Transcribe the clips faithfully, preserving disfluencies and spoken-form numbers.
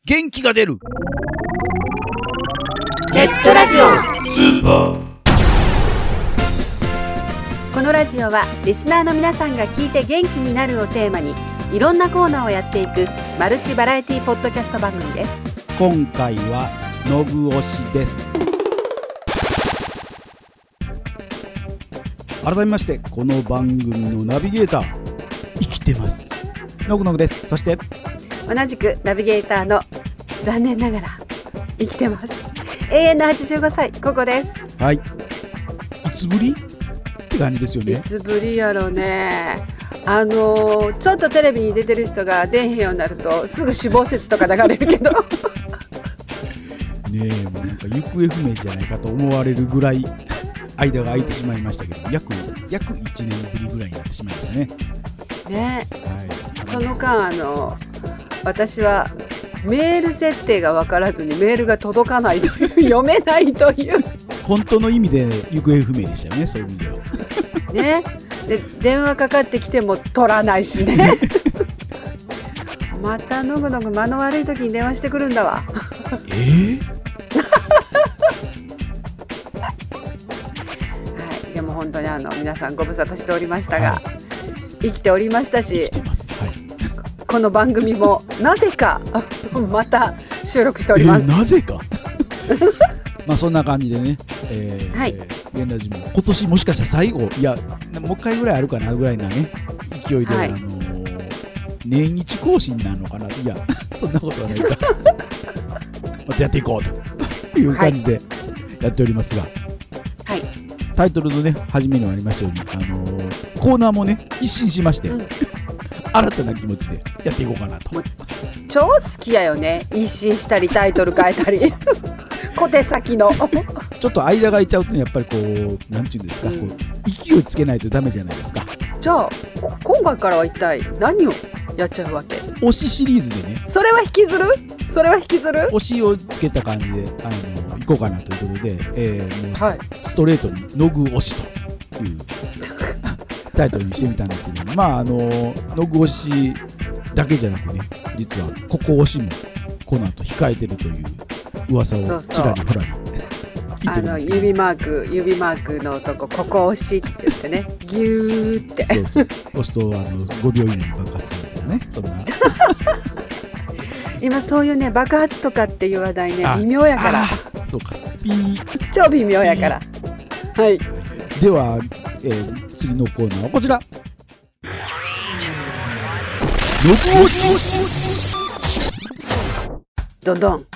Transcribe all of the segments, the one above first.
元気が出るネットラジオスーパー。 このラジオはリスナーの皆さんが聞いて元気になるをテーマにいろんなコーナーをやっていくマルチバラエティポッドキャスト番組です。 今回はのぐおしです。改めましてこの番組のナビゲーター生きてますのぐのぐです。そして同じくナビゲーターの残念ながら生きてます永遠のはちじゅうごさいココです。 はい、いつぶりって感じですよね。 いつぶりやろね。あのー、ちょっとテレビに出てる人が出へんようになるとすぐ死亡説とか流れるけどねえ、もうなんか行方不明じゃないかと思われるぐらい間が空いてしまいましたけど、約約いちねんぶりぐらいになってしまいますね。 ね、 はい、 その間あの私はメール設定が分からずにメールが届かないという読めないという本当の意味で行方不明でしたよね。そういう意味ではね。で電話かかってきても取らないしねまたのぐのぐ間の悪い時に電話してくるんだわえーはい、でも本当にあの皆さんご無沙汰しておりましたが、 はい、 生きておりましたし、 生きてます、はい、 この番組もなぜかまた収録しております。 えー、なぜかまあそんな感じでね、えー、 はい、 ゲンラジも今年もしかしたら最後、いやもう一回ぐらいあるかなぐらいなね勢いで、はい、あのー、年一更新なのかな。いやそんなことはないかまたやっていこうという感じでやっておりますが、 はい、 タイトルのね初めにもありましたように、あのー、コーナーもね一新しまして、うん、新たな気持ちでやっていこうかなと。 超好きやよね、一新したりタイトル変えたり小手先のちょっと間が空いちゃうとね、やっぱりこうなんていうんですか、うん、こう勢いつけないとダメじゃないですか。 じゃあ今回からは一体何をやっちゃうわけ？ 推しシリーズでね。 それは引きずるそれは引きずる推しをつけた感じであの行こうかなということで、えー、もう、はい、ストレートにのぐ推しというタイトルにしてみたんですけど、まああののぐ推しだけじゃなくね、実はここ推しもこの後控えてるという噂をちらりほらりあの指マーク指マークのとこここ押しって言ってねギューってそうそう押すとあのごびょう以内に爆発するみたいなね、そんな今そういうね爆発とかっていう話題ね微妙やから。 そうか、ピー超微妙やから。はい、 では、えー、次のコーナーはこちら、のぐおしどんどん。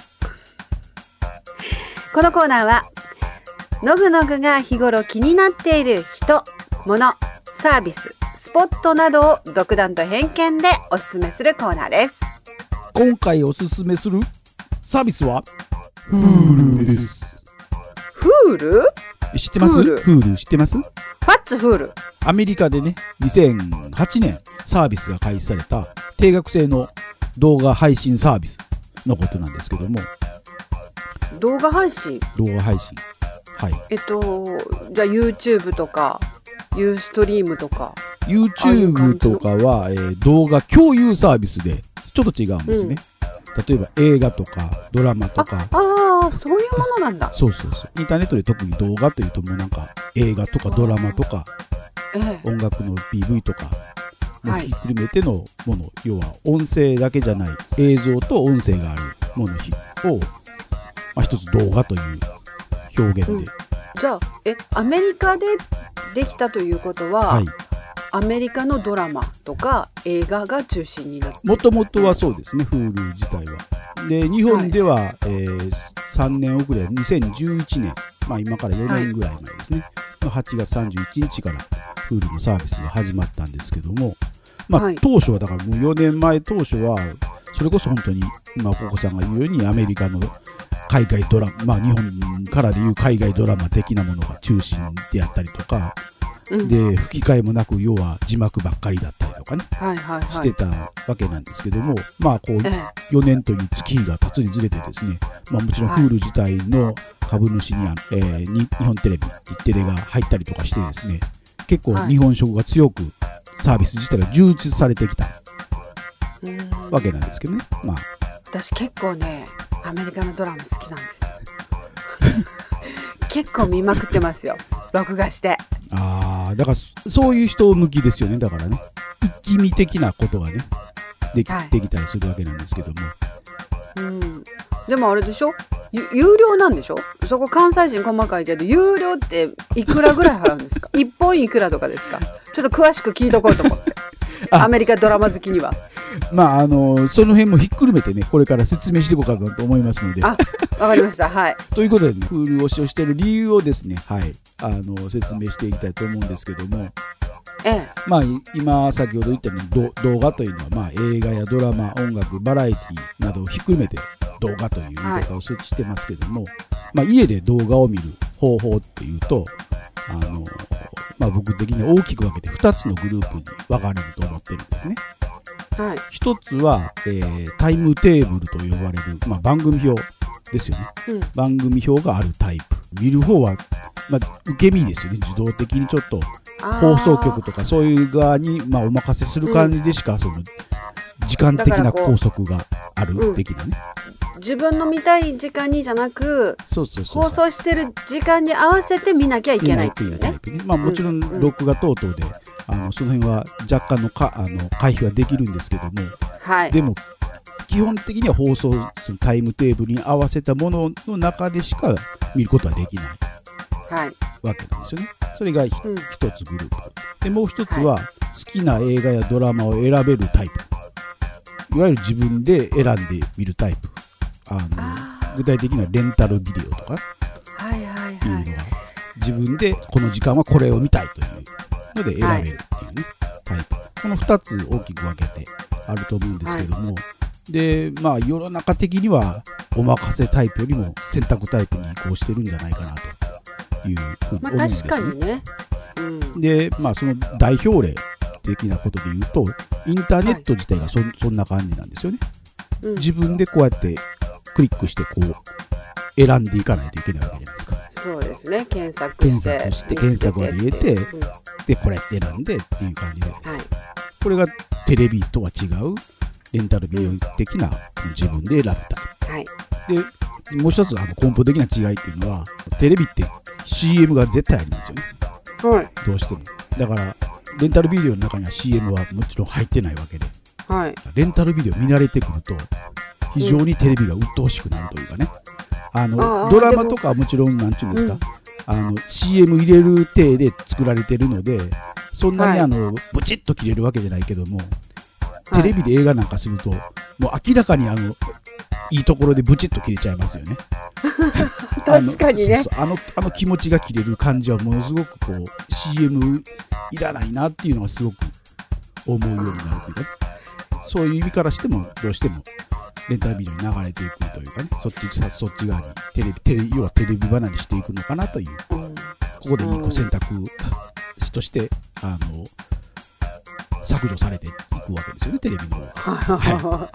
このコーナーはのぐのぐが日頃気になっている人、物、サービス、スポットなどを独断と偏見でおすすめするコーナーです。 今回おすすめするサービスは Hulu です。 Hulu？ 知ってます？ Hulu 知ってます？ What's Hulu？ アメリカでねにせんはちねんサービスが開始された定額制の動画配信サービスのことなんですけども。 動画配信動画配信はい。 えっとじゃあ YouTube とか Ustream とか YouTube とかは、えー、動画共有サービスでちょっと違うんですね、うん、例えば映画とかドラマとか、 ああそういうものなんだ。 そうそうそう、インターネットで特に動画というともうなんか映画とかドラマとか、ええ、音楽の ピーブイ とかもひっくるめてのもの、はい、要は音声だけじゃない映像と音声があるものを、まあ、一つ動画という表現で、うん、 じゃあえアメリカでできたということは、はい、アメリカのドラマとか映画が中心になっている。 もともとはそうですね、 Hulu 自体は。で日本では、はい、えー、さんねん遅れにせんじゅういちねん、まあ、今からよねんぐらい前ですね、はい、はちがつさんじゅういちにちから Hulu のサービスが始まったんですけども、まあ、はい、当初はだからもうよねんまえ当初はそれこそ本当に今ココさんが言うようにアメリカの海外ドラマ、まあ、日本からでいう海外ドラマ的なものが中心であったりとか、うん、で吹き替えもなく要は字幕ばっかりだったりとかね、はいはいはい、してたわけなんですけども、まあこうよねんという月日が経つにずれてですね、まあ、もちろん Hulu 自体の株主には、えー、に日本テレビ、日テレが入ったりとかしてですね、結構日本色が強くサービス自体が充実されてきたわけなんですけどね。まあ私結構ねアメリカのドラマ好きなんですよ結構見まくってますよ、録画して。 ああ、だからそういう人向きですよね。だからね、一気見的なことがねでき、はい、できたりするわけなんですけども、 うん、でもあれでしょ、有料なんでしょ。そこ関西人細かいけど、有料っていくらぐらい払うんですかいっぽんいくらとかですか。ちょっと詳しく聞いとこうと思ってアメリカドラマ好きには。 まああのその辺もひっくるめてね、これから説明していこうかなと思いますので。 あ、わかりました。はい。 ということでね、フール推しをしている理由をですね、はい、あの説明していきたいと思うんですけども、 ええ、 まあ今先ほど言ったように動画というのは、まあ、映画やドラマ、音楽、バラエティなどをひっくるめて動画という言い方をしてますけども、はい、まあ、家で動画を見る方法っていうと、あの、まあ、僕的に大きく分けてふたつのグループに分かれると思ってるんですね。 はい、 ひとつは、えー、タイムテーブルと呼ばれる、まあ、番組表ですよね、うん、番組表があるタイプ。見る方は、まあ、受け身ですよね。自動的にちょっと放送局とかそういう側に、まあ、お任せする感じでしか、うん、その時間的な拘束がある的なね、 うん、自分の見たい時間にじゃなく、 そうそうそう、 放送してる時間に合わせて見なきゃいけないっていうね。 まあ、もちろん録画等々で、うん、あのその辺は若干のかあの回避はできるんですけども、 はい、 でも基本的には放送そのタイムテーブルに合わせたものの中でしか見ることはできない、 はい、 わけなんですよね。それが一、うん、つグループで、もう一つは、はい、好きな映画やドラマを選べるタイプ、いわゆる自分で選んで見るタイプ。あのあ具体的にはレンタルビデオとかはいはいはいいうのは、自分でこの時間はこれを見たいというので選べるっていうね、はい、タイプ。このふたつ大きく分けてあると思うんですけども、はい、でまあ世の中的にはお任せタイプよりも選択タイプに移行してるんじゃないかなというふうに思うんですね。 まあ、確かにね、 うん、でまあその代表例的なことで言うと、インターネット自体が そ,、はい、そんな感じなんですよね、うん、自分でこうやってクリックしてこう選んでいかないといけないわけじゃないですか。 そうですね、検索検索して検索割り入れて、うん、でこれって選んでっていう感じで、はい、これがテレビとは違うレンタルビデオ的な自分で選ぶタイプ、はい、でもう一つあの根本的な違いっていうのは、テレビって シーエム が絶対ありますよね、はい、どうしても。だからレンタルビデオの中には シーエム はもちろん入ってないわけで、はい、レンタルビデオ見慣れてくると非常にテレビが鬱陶しくなるというかね、あのドラマとかはもちろんなんていうんですか、うん、あの シーエム 入れる体で作られてるので、そんなにあの、はい、ブチッと切れるわけじゃないけども、テレビで映画なんかすると、もう明らかにあのいいところでブチッと切れちゃいますよね確かにね。 そうそう、あのあの気持ちが切れる感じはものすごくこう シーエム いらないなっていうのがすごく思うようになるというか、そういう意味からしてもどうしてもレンタルビデオに流れていくというかね、そっちそっち側にテレビテレ要はテレビ離れしていくのかなという、うん、ここでいい選択肢としてあの削除されていくわけですよね、テレビの方が、 はい、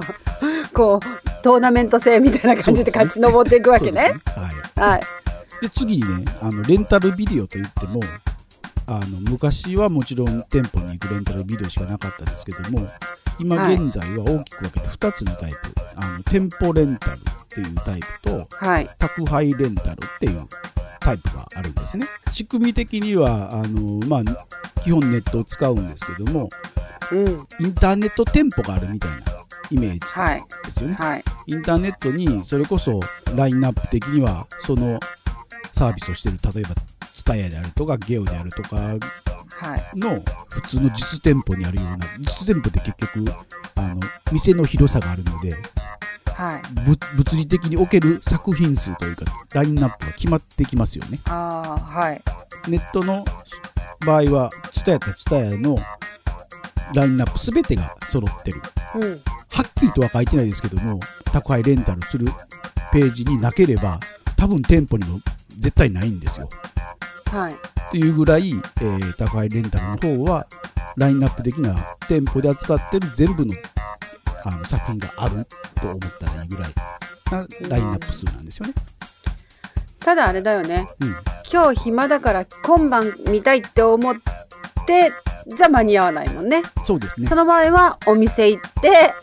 こうトーナメント制みたいな感じで勝ち上っていくわけね。 はいはい、で次にね、あのレンタルビデオといっても、あの昔はもちろん店舗に行くレンタルビデオしかなかったですけども、今現在は大きく分けてふたつのタイプ、あの店舗レンタルっていうタイプと、はい、宅配レンタルっていうタイプがあるんですね。仕組み的にはあの、まあ、基本ネットを使うんですけども、うん、インターネット店舗があるみたいなイメージですよね、はいはい、インターネットにそれこそラインナップ的にはそのサービスをしている、例えばツタヤであるとかゲオであるとかの普通の実店舗にあるような、実店舗って結局あの店の広さがあるので、はい、物理的に置ける作品数というかラインナップが決まってきますよね。 あ、はい、 ネットの場合はツタヤとツタヤのラインナップ全てが揃ってる、うん、はっきりとは書いてないですけども、宅配レンタルするページになければ多分店舗にも絶対ないんですよ、はい、っていうぐらい、えー、宅配レンタルの方はラインナップ的な店舗で扱ってる全部の、あの作品があると思ったらいいぐらいなラインナップ数なんですよね、 うん、ただあれだよね、うん、今日暇だから今晩見たいって思ってじゃ間に合わないもんね。 そうですね。 その場合はお店行って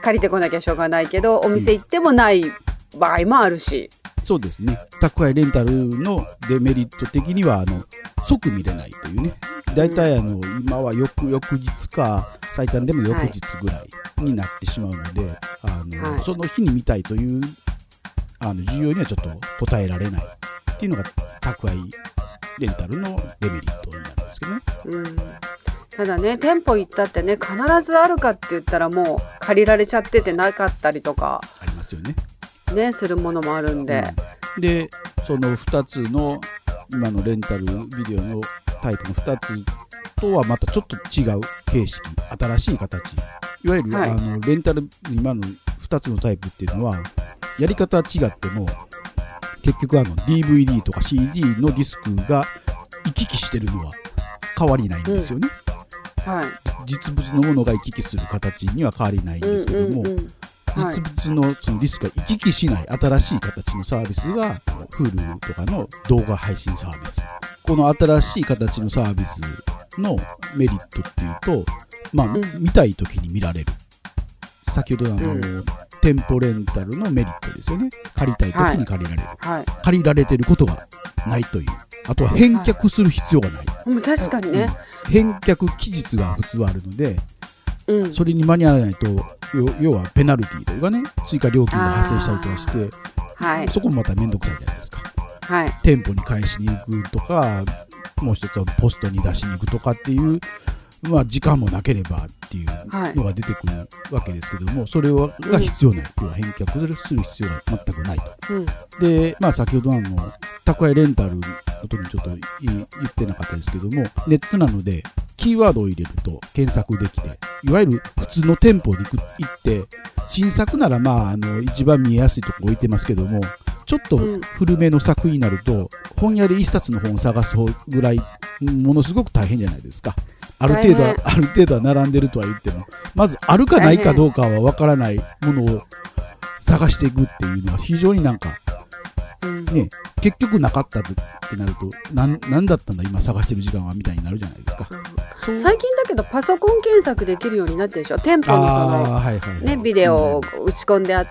借りてこなきゃしょうがないけど、お店行ってもない場合もあるし、 うん、そうですね。宅配レンタルのデメリット的にはあの即見れないというね。だいたいあの今は翌々日か最短でも翌日ぐらいになってしまうので、はい、あのはい、その日に見たいというあの需要にはちょっと応えられないっていうのが宅配レンタルのデメリットになるんですけどね。うん、 ただね、店舗行ったってね、必ずあるかって言ったらもう借りられちゃっててなかったりとかありますよね。 ね、するものもあるんで、 うん、でそのふたつの今のレンタルビデオのタイプのふたつとはまたちょっと違う形式、新しい形、いわゆる、はい、あのレンタル今のふたつのタイプっていうのはやり方は違っても結局あの ディーブイディー とか シーディー のディスクが行き来してるのは変わりないんですよね。うん、はい、実物のものが行き来する形には変わりないんですけども、うんうんうん、実物のそのディスクが行き来しない新しい形のサービスが Hulu とかの動画配信サービス。この新しい形のサービスのメリットっていうと、まあ、うん、見たい時に見られる。先ほどのあの、うん、店舗レンタルのメリットですよね。借りたい時に借りられる、はいはい、借りられてることがないという。あとは返却する必要がない、 はい、確かにね、 うん、返却期日が普通はあるので、うん、それに間に合わないと要はペナルティーというかね、追加料金が発生したりとかして、はい、そこもまた面倒くさいじゃないですか。はい、店舗に返しに行くとか、もう一つはポストに出しに行くとかっていう、まあ、時間もなければっていうのが出てくるわけですけども、はい、それはが必要ない、うん、要は返却するする必要が全くないと。うん、で、まあ、先ほどあの宅配レンタルの時にちょっと言ってなかったですけども、ネットなのでキーワードを入れると検索できて、いわゆる普通の店舗に行って新作ならまああの一番見えやすいとこ置いてますけども、ちょっと古めの作品になると本屋で一冊の本を探すぐらいものすごく大変じゃないですか。ある程度ある程度は並んでるとは言っても、まずあるかないかどうかは分からないものを探していくっていうのは非常になんかね、結局なかったってなると 何, 何だったんだ今探してる時間はみたいになるじゃないですか。 うん、最近だけどパソコン検索できるようになってるでしょ。店舗のその、はいはいね、ビデオを打ち込んであって、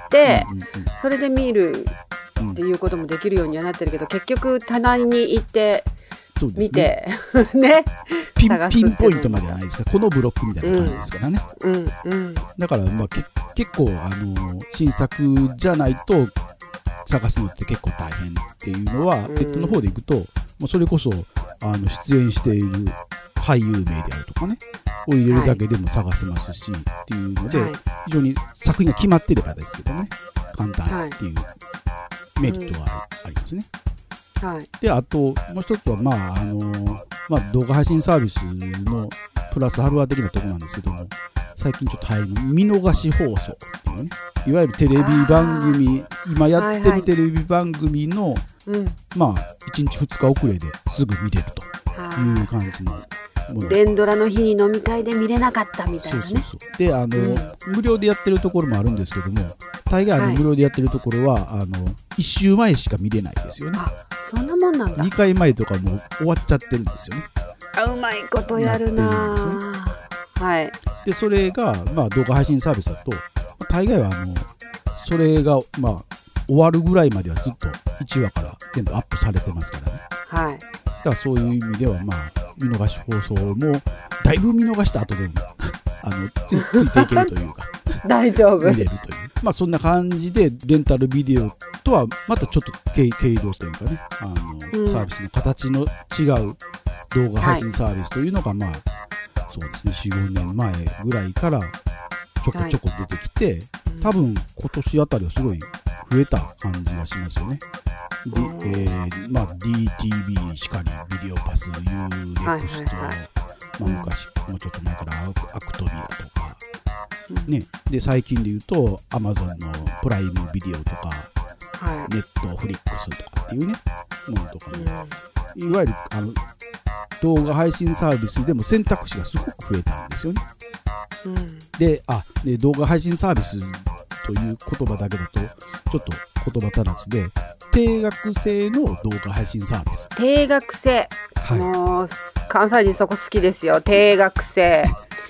うんうんうん、それで見るっていうこともできるようにはなってるけど、結局棚に行って見てね、ねピン、ピンポイントまではないですか。このブロックみたいな感じですからね。うんうんうん、だから、まあ、け結構あの新作じゃないと探すのって結構大変っていうのは、うん、ネットの方でいくと、もうそれこそあの出演している俳優名であるとかねを入れるだけでも探せますし、はい、っていうので、はい、非常に作品が決まっていればですけどね、簡単っていうメリットが あ, ありますね。はい、であともう一つは、まああのまあ、動画配信サービスのプラスアルファ的なところなんですけども、最近ちょっと入るの見逃し放送っていうね、いわゆるテレビ番組、今やってるテレビ番組の、はいはい、まあいちにちふつか遅れですぐ見れるという感じのもの。 連ドラの日に飲み会で見れなかったみたいなね。そうそうそう。 であの、うん、無料でやってるところもあるんですけども、大概あの無料でやってるところは、はい、あのいっ週前しか見れないですよね。 あ、そんなもんなんだ。 にかいまえとかもう終わっちゃってるんですよね。 あ、うまいことやるなぁ、ね、はい。 でそれが、まあ、動画配信サービスだと大概はあのそれが、まあ、終わるぐらいまではずっといちわから全部アップされてますからね。はい。だからそういう意味では、まあ、見逃し放送もだいぶ見逃した後でもあの つ, ついていけるというか大丈夫見れるという、まあ、そんな感じでレンタルビデオとはまたちょっと毛色というかね、あの、うん、サービスの形の違う動画配信サービスというのが、はい、まあそうですね、よん、ごねんまえぐらいからちょこちょこ出てきて、はい、多分今年あたりはすごい増えた感じがしますよね。で、えーまあ、ディーティービー しかり、ビデオパス、ユーネクスト、はいはいはい、まあ、昔、うん、もうちょっと前からアクトビラとか、うんね、で最近で言うと Amazon のプライムビデオとか、はい、ネットフリックスとかっていうね、ものとかも、うん、いわゆるあの動画配信サービスでも選択肢がすごく増えたんですよね。うん、で、あ、で動画配信サービスという言葉だけだとちょっと言葉足らずで、定額制の動画配信サービス。 定額制、はい、もう関西人そこ好きですよ。定額制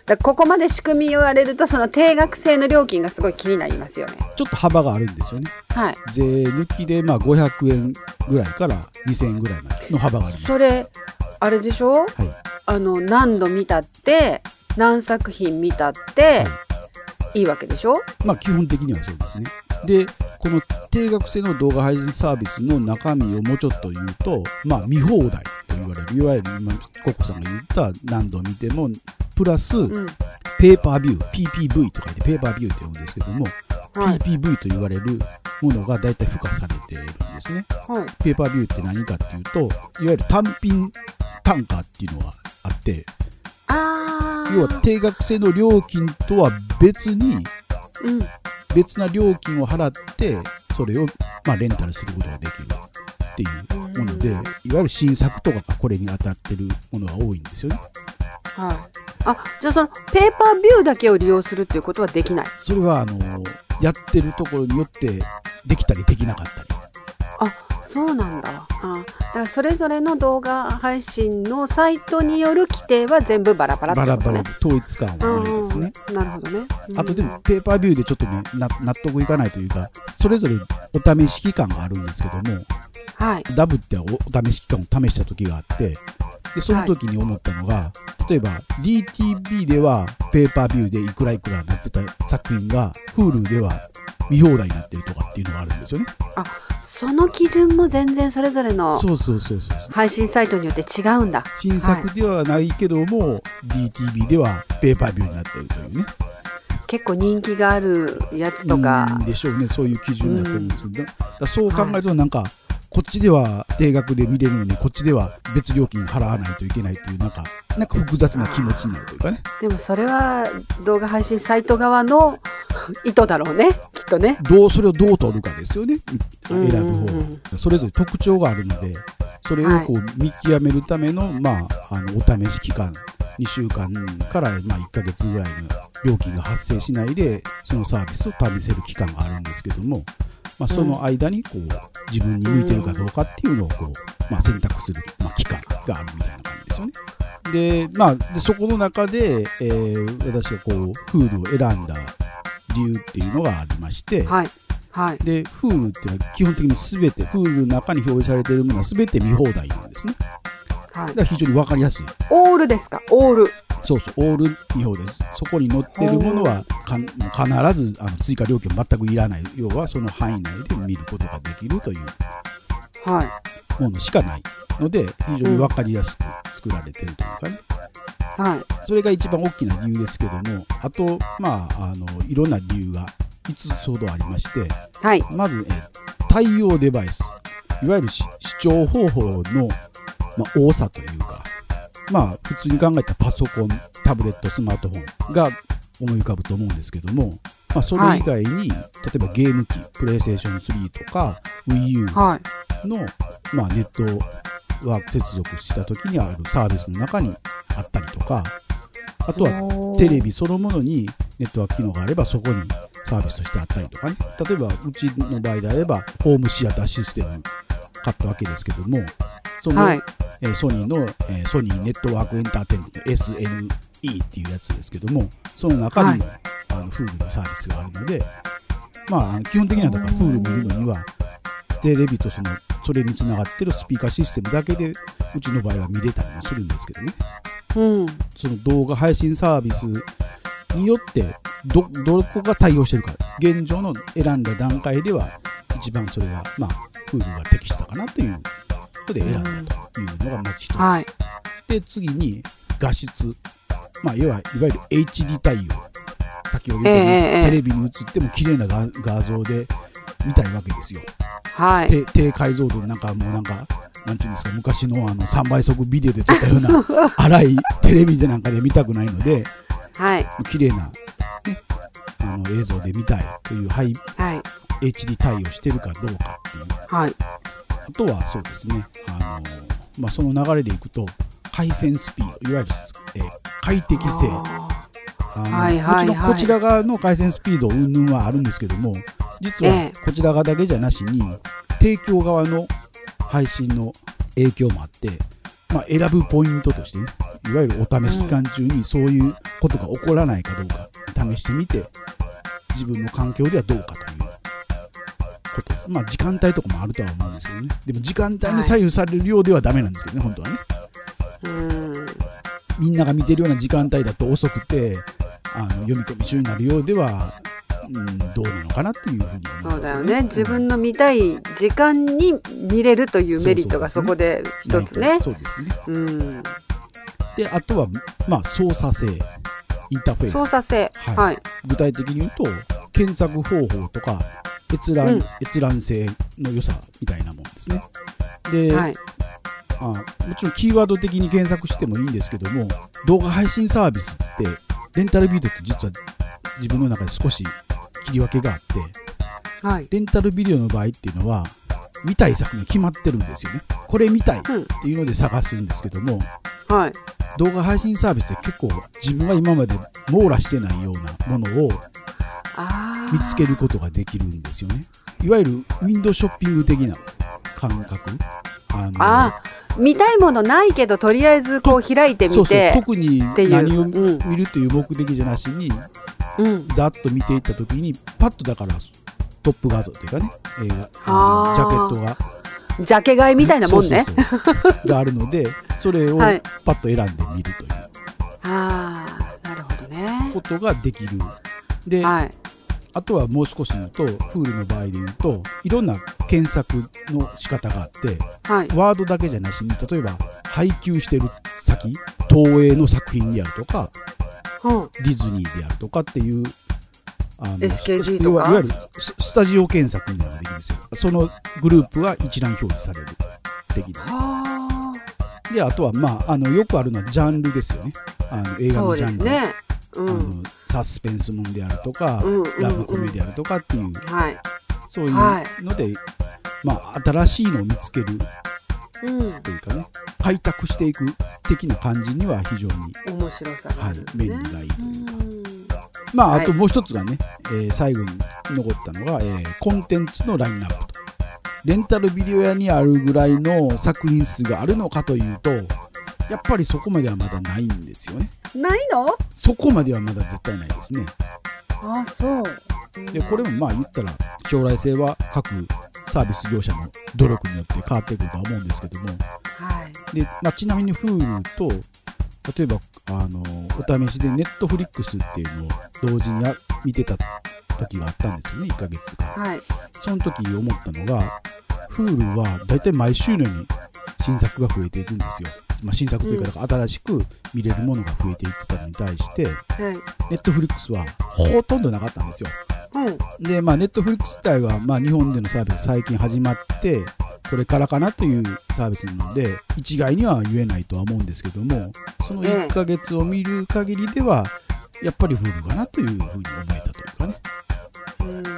だここまで仕組み言われると、その定額制の料金がすごい気になりますよね。 ちょっと幅があるんですよね。 はい。 税抜きでまあごひゃくえんぐらいからにせんえんぐらいまでの幅があります。 それあれでしょ、 はい、 あの何度見たって何作品見たって、はい、いいわけでしょ。 まあ基本的にはそうですね。でこの定額制の動画配信サービスの中身をもうちょっと言うと、まあ見放題と言われる、いわゆる今ココさんが言った何度見てもプラス、うん、ペーパービュー ピーピーブイ と書いてペーパービューって言うんですけども、はい、ピーピーブイ と言われるものが大体付加されているんですね、はい、ペーパービューって何かっていうと、いわゆる単品単価っていうのがあって、 あ要は定額制の料金とは別に、 うん、 別な料金を払ってそれをまあレンタルすることができるっていうもので、いわゆる新作とかがこれに当たってるものが多いんですよね。 はい、あ、じゃあそのペーパービューだけを利用するっていうことはできない。 それはあのやってるところによってできたりできなかったり。 あ、そうなんだ。あ、だからそれぞれの動画配信のサイトによる規定は全部バラバラってことね。バラバラ、統一感はないですね。 なるほどね。 うん、あとでもペーパービューでちょっとねな納得いかないというか、それぞれお試し期間があるんですけども、 はい、 ダブってお試し期間を試した時があって、でその時に思ったのが、はい、例えば ディーティービー ではペーパービューでいくらいくらになってた作品が Hulu では見放題になってるとかっていうのがあるんですよね。 あ、その基準も全然それぞれのそうそうそうそう配信サイトによって違うんだ。 新作ではないけども、はい、ディーティービー ではペーパービューになってるというね。 結構人気があるやつとかでしょうね。そういう基準だと思うんですけど、だだそう考えるとなんか、はい、こっちでは定額で見れるのにこっちでは別料金払わないといけないっていうなんかなんか複雑な気持ちになるというかね。 でもそれは動画配信サイト側の意図だろうね、きっとね。 どうそれをどう取るかですよね、選ぶ方。それぞれ特徴があるので、それをこう見極めるための、まあ、あのお試し期間にしゅうかんからまあいっかげつぐらいの料金が発生しないでそのサービスを試せる期間があるんですけども、まあ、その間にこう自分に向いてるかどうかっていうのをこう、まあ、選択する、まあ、期間があるみたいな感じですよね。で、まあ、でそこの中で、えー、私がこう Hulu を選んだ理由っていうのがありまして、 はいはい、 で Hulu っていうのは基本的に全て Hulu の中に表示されているものは全て見放題なんですね。はい、だから非常に分かりやすい。 オールですか？オール。 そうそう、オール見放題です。そこに載ってるものはか必ずあの追加料金全くいらない、要はその範囲内で見ることができるというものしかないので、非常に分かりやすく作られてるというかね、 うん、はい、 それが一番大きな理由ですけども、あと、まあ、あのいろんな理由がいつつほどありまして、 はい、 まず、え対応デバイス、いわゆる視聴方法の、まあ、多さというか、まあ、普通に考えたパソコン、タブレット、スマートフォンが思い浮かぶと思うんですけども、まあ、それ以外に、はい、例えばゲーム機、プレイステーションスリーとか WiiU の、はい、まあ、ネットワーク接続した時にあるサービスの中にあったりとか、あとはテレビそのものにネットワーク機能があればそこにサービスとしてあったりとかね。例えばうちの場合であればホームシアターシステム買ったわけですけども、その、はい、えー、ソニーの、えー、ソニーネットワークエンターテインメント エスエヌイー っていうやつですけども、その中にも、はい、あの Hulu のサービスがあるので、まあ基本的にはだから Hulu 見るのにはテレビとそのそれにつながってるスピーカーシステムだけでうちの場合は見れたりもするんですけどね、 うん、 その動画配信サービスによってどどこが対応してるか、現状の選んだ段階では一番それがまあ Hulu が適したかなということで選んだというのがまず一つ、はい、で次に画質、まあ、いわいわゆる エイチディー 対応、先ほど言ったように、えー、テレビに映っても綺麗な画画像で見たいわけですよ、 はい、 低解像度なんかもうなんかなんていうんですか、昔のあのさんばい速ビデオで撮ったような荒いテレビでなんかで見たくないので、 はい、 綺麗な、ね、あの映像で見たいというハイ、はい、エイチディー 対応してるかどうかっていう、 はい、 あとはそうですね、あの、まあ、その流れでいくと回線スピード、いわゆる、えー、快適性、あの、はいはいはい、もちろんこちら側の回線スピード云々はあるんですけども、実はこちら側だけじゃなしに、提供側の配信の影響もあって、まあ、選ぶポイントとして、ね、 いわゆるお試し期間中にそういうことが起こらないかどうか試してみて、自分の環境ではどうかということです。まあ時間帯とかもあるとは思うんですけどね。でも時間帯に左右されるようではダメなんですけどね、本当はね。 うん。 みんなが見てるような時間帯だと遅くて、あの読み込み中になるようでは、うん、どうなのかなっていうふうに思いますよね。 そうだよね。自分の見たい時間に見れるというメリットがそこで一つね。 そうですね。 うん。 で、あとは、まあ、操作性、インターフェース。 操作性。 はい。 はい、 具体的に言うと、検索方法とか閲覧、うん、閲覧性の良さみたいなもんですね。で、はい、あもちろんキーワード的に検索してもいいんですけども、動画配信サービスってレンタルビデオって実は自分の中で少し切り分けがあって、はい、レンタルビデオの場合っていうのは見たい作品が決まってるんですよね。これ見たいっていうので探すんですけども、うん、はい、動画配信サービスって結構自分が今まで網羅してないようなものを見つけることができるんですよね。いわゆるウィンドウショッピング的な感覚。あのあ見たいものないけどとりあえずこう開いてみて、そうそう、 特に何を見るという目的じゃなしに、うん、ざっと見ていった時にパッとだからトップ画像というかね、えー、あのジャケットがジャケ買いみたいなもんねそうそうそうがあるので、それをパッと選んでみるという、はい、 あなるほどねことができる。で、はい、あとはもう少し言うと Hulu の場合で言うといろんな検索の仕方があって、はい、ワードだけじゃなしに例えば配給してる先東映の作品であるとか、うん、ディズニーであるとかっていうあのエスケージー とかいわゆるスタジオ検索みたいなのができるんですよ。そのグループが一覧表示される的な、ね、であとは、まあ、あのよくあるのはジャンルですよね。あの映画のジャンル、そうですね、うん、あのサスペンスもんであるとか、うんうんうん、ラブコメであるとかっていう、はい、そういうので、はい、まあ、新しいのを見つける、うん、というかね、開拓していく的な感じには非常に面白さがある、ね、 はい、便利がいいというか、うん、まああともう一つがね、はい、えー、最後に残ったのが、えー、コンテンツのラインナップと。レンタルビデオ屋にあるぐらいの作品数があるのかというと、やっぱりそこまではまだないんですよね。 ないの？ そこまではまだ絶対ないですね。 ああ、そう。 で、これもまあ言ったら将来性は各サービス業者の努力によって変わってくるとは思うんですけども、はい。で、まあ、ちなみに Hulu と例えばあのお試しで Netflix っていうのを同時にや見てた時があったんですよね、いっかげつか。はい。その時思ったのが Hulu はだいたい毎週のように新作が増えていくんですよ。まあ、新作というか、だから新しく見れるものが増えていってたのに対して、はい、Netflix はほとんどなかったんですよ。うん、で、まあ、Netflix 自体は、まあ、日本でのサービス最近始まってこれからかなというサービスなので一概には言えないとは思うんですけども、そのいっかげつを見る限りではやっぱり Hulu かなというふうに思えたというかね、うんうん、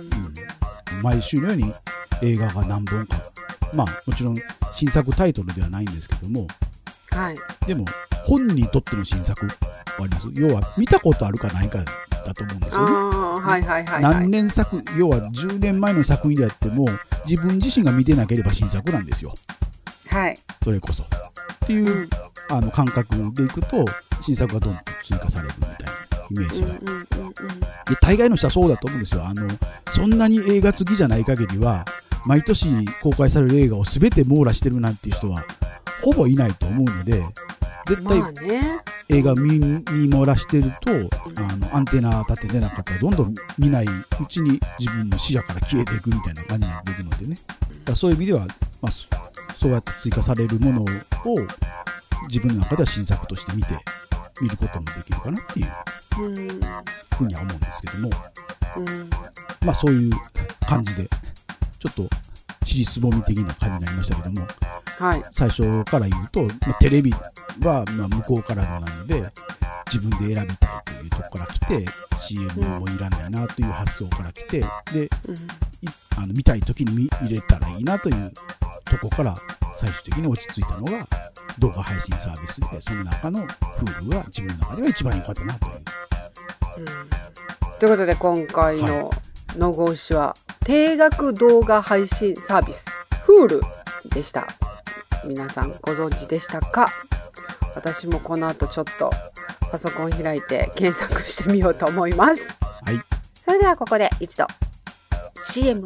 毎週のように映画が何本か、まあもちろん新作タイトルではないんですけども、はい、でも本にとっての新作はあります。要は見たことあるかないかだと思うんですよね。 はいはいはいはい、 何年作、要はじゅうねんまえの作品であっても自分自身が見てなければ新作なんですよ。はい。それこそっていう、うん、あの感覚でいくと新作がどんどん追加されるみたいなイメージが、うんうんうんうん、で大概の人はそうだと思うんですよ。あのそんなに映画好きじゃない限りは毎年公開される映画を全て網羅してるなんていう人はほぼいないと思うので、絶対映画見網羅してると、あのアンテナ立ててなかったらどんどん見ないうちに自分の視野から消えていくみたいな感じになっていくのでね、だからそういう意味では、まあ、そうやって追加されるものを自分の中では新作として見て見ることもできるかなっていうふうには思うんですけども、まあそういう感じでちょっと尻すぼみ的な感じになりましたけども、はい、最初から言うと、まあ、テレビはまあ向こうからのなので自分で選びたいというところから来て シーエム もいらないなという発想から来て、で、うん、あの見たい時に 見, 見れたらいいなというところから最終的に落ち着いたのが動画配信サービスで、その中の Hulu が自分の中では一番良かったなという、 うん、ということで今回ののごしは定額動画配信サービス Hulu でした。皆さんご存知でしたか？ 私もこの後ちょっとパソコン開いて検索してみようと思います。 はい。 それではここで一度 シーエム。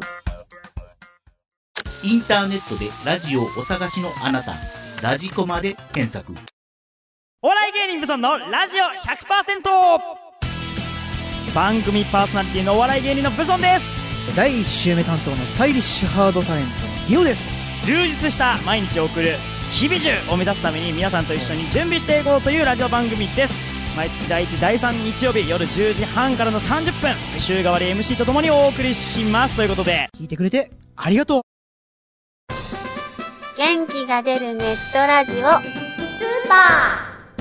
インターネットでラジオをお探しのあなた、ラジコマで検索。 お笑い芸人ブソンのラジオ ひゃくパーセント。 番組パーソナリティのお笑い芸人のブソンです。 だいいち週目担当のスタイリッシュハードタレントのディオです。 充実した毎日を送る日々中を目指すために皆さんと一緒に準備していこうというラジオ番組です。毎月だいいちだいさん日曜日夜じゅうじはんからのさんじゅっぷん、週替わり エムシー とともにお送りしますということで、 聞いてくれてありがとう。 元気が出るネットラジオスーパー。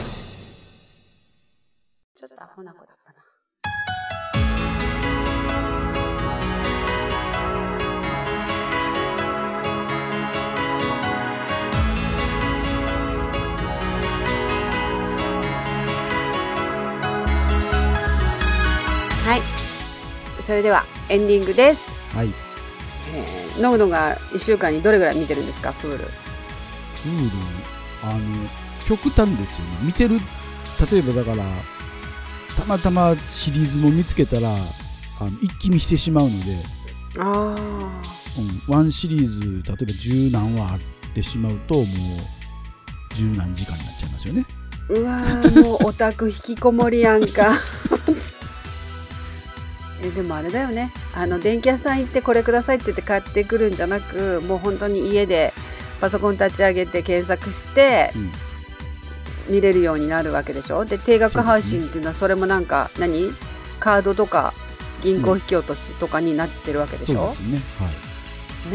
ちょっとアホな子だったな。はい、それではエンディングです。 はい。 えー、のぐのがいっしゅうかんにどれぐらい見てるんですか、プール。 プール、あの、極端ですよね。見てる、例えばだから、たまたまシリーズも見つけたら、あの一気見してしまうので、 あうん、ワンシリーズ、例えば十何話あってしまうと、もう、十何時間になっちゃいますよね。 うわー、もうオタク引きこもりやんか。えでもあれだよね、あの電気屋さん行ってこれくださいって言って買ってくるんじゃなく、もう本当に家でパソコン立ち上げて検索して見れるようになるわけでしょ。で定額配信っていうのはそれもなんか何カードとか銀行引き落としとかになってるわけでしょ。 そうですね。はい。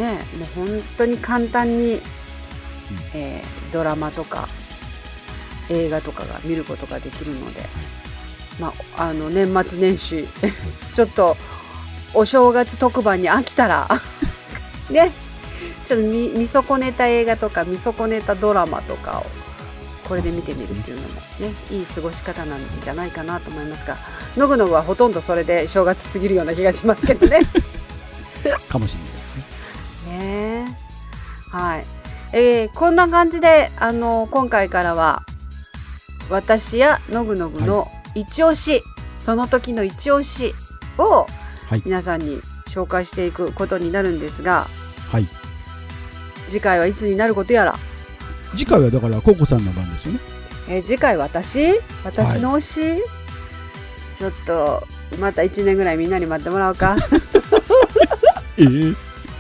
ねえ、もう本当に簡単に、うんえー、ドラマとか映画とかが見ることができるので、はいまあ、あの年末年始ちょっとお正月特番に飽きたらね、ちょっと 見, 見損ねた映画とか見損ねたドラマとかをこれで見てみるっていうのもね、いい過ごし方なんじゃないかなと思いますが、のぐのぐはほとんどそれで正月過ぎるような気がしますけどねかもしれないですね。 ねはい、えー、こんな感じであの今回からは私やのぐのぐの、はい一押し、その時の一押しを皆さんに紹介していくことになるんですが、 はい、 次回はいつになることやら。 次回はだからココさんの番ですよね。 えー、次回私私の推し、はい、ちょっとまたいちねんぐらいみんなに待ってもらおうかえー、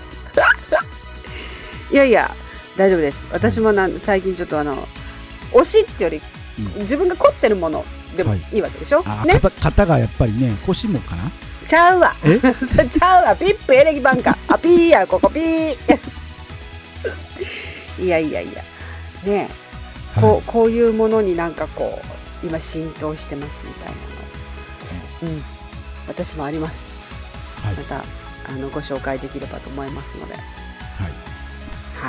いやいや大丈夫です。私もなん最近ちょっとあの推しってより、うん、自分が凝ってるものでもいいわけでしょ、 はいね、 肩, 肩がやっぱりね腰もかなちゃうわえちゃうわピップエレキバンカあピーやここピーいやいやいやねえ、はい、こう、こういうものになんかこう今浸透してますみたいなの、うん、私もあります、はい、またあのご紹介できればと思いますのではい、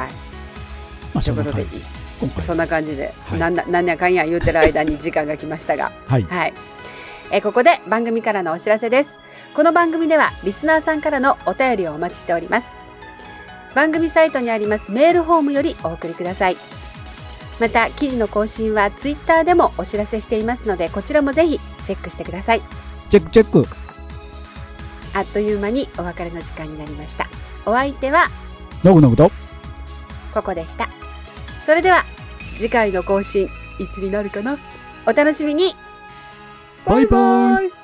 はいまあ、ということでそんな感じで、はい、なんだなんやかんや言うてる間に時間が来ましたが、はいはい、えここで番組からのお知らせです。この番組ではリスナーさんからのお便りをお待ちしております。番組サイトにありますメールフォームよりお送りください。また記事の更新はツイッターでもお知らせしていますので、こちらもぜひチェックしてください。 チェックチェック。 あっという間にお別れの時間になりました。お相手はのぐのぐとここでした。それでは次回の更新いつになるかな、お楽しみに。バイバイ。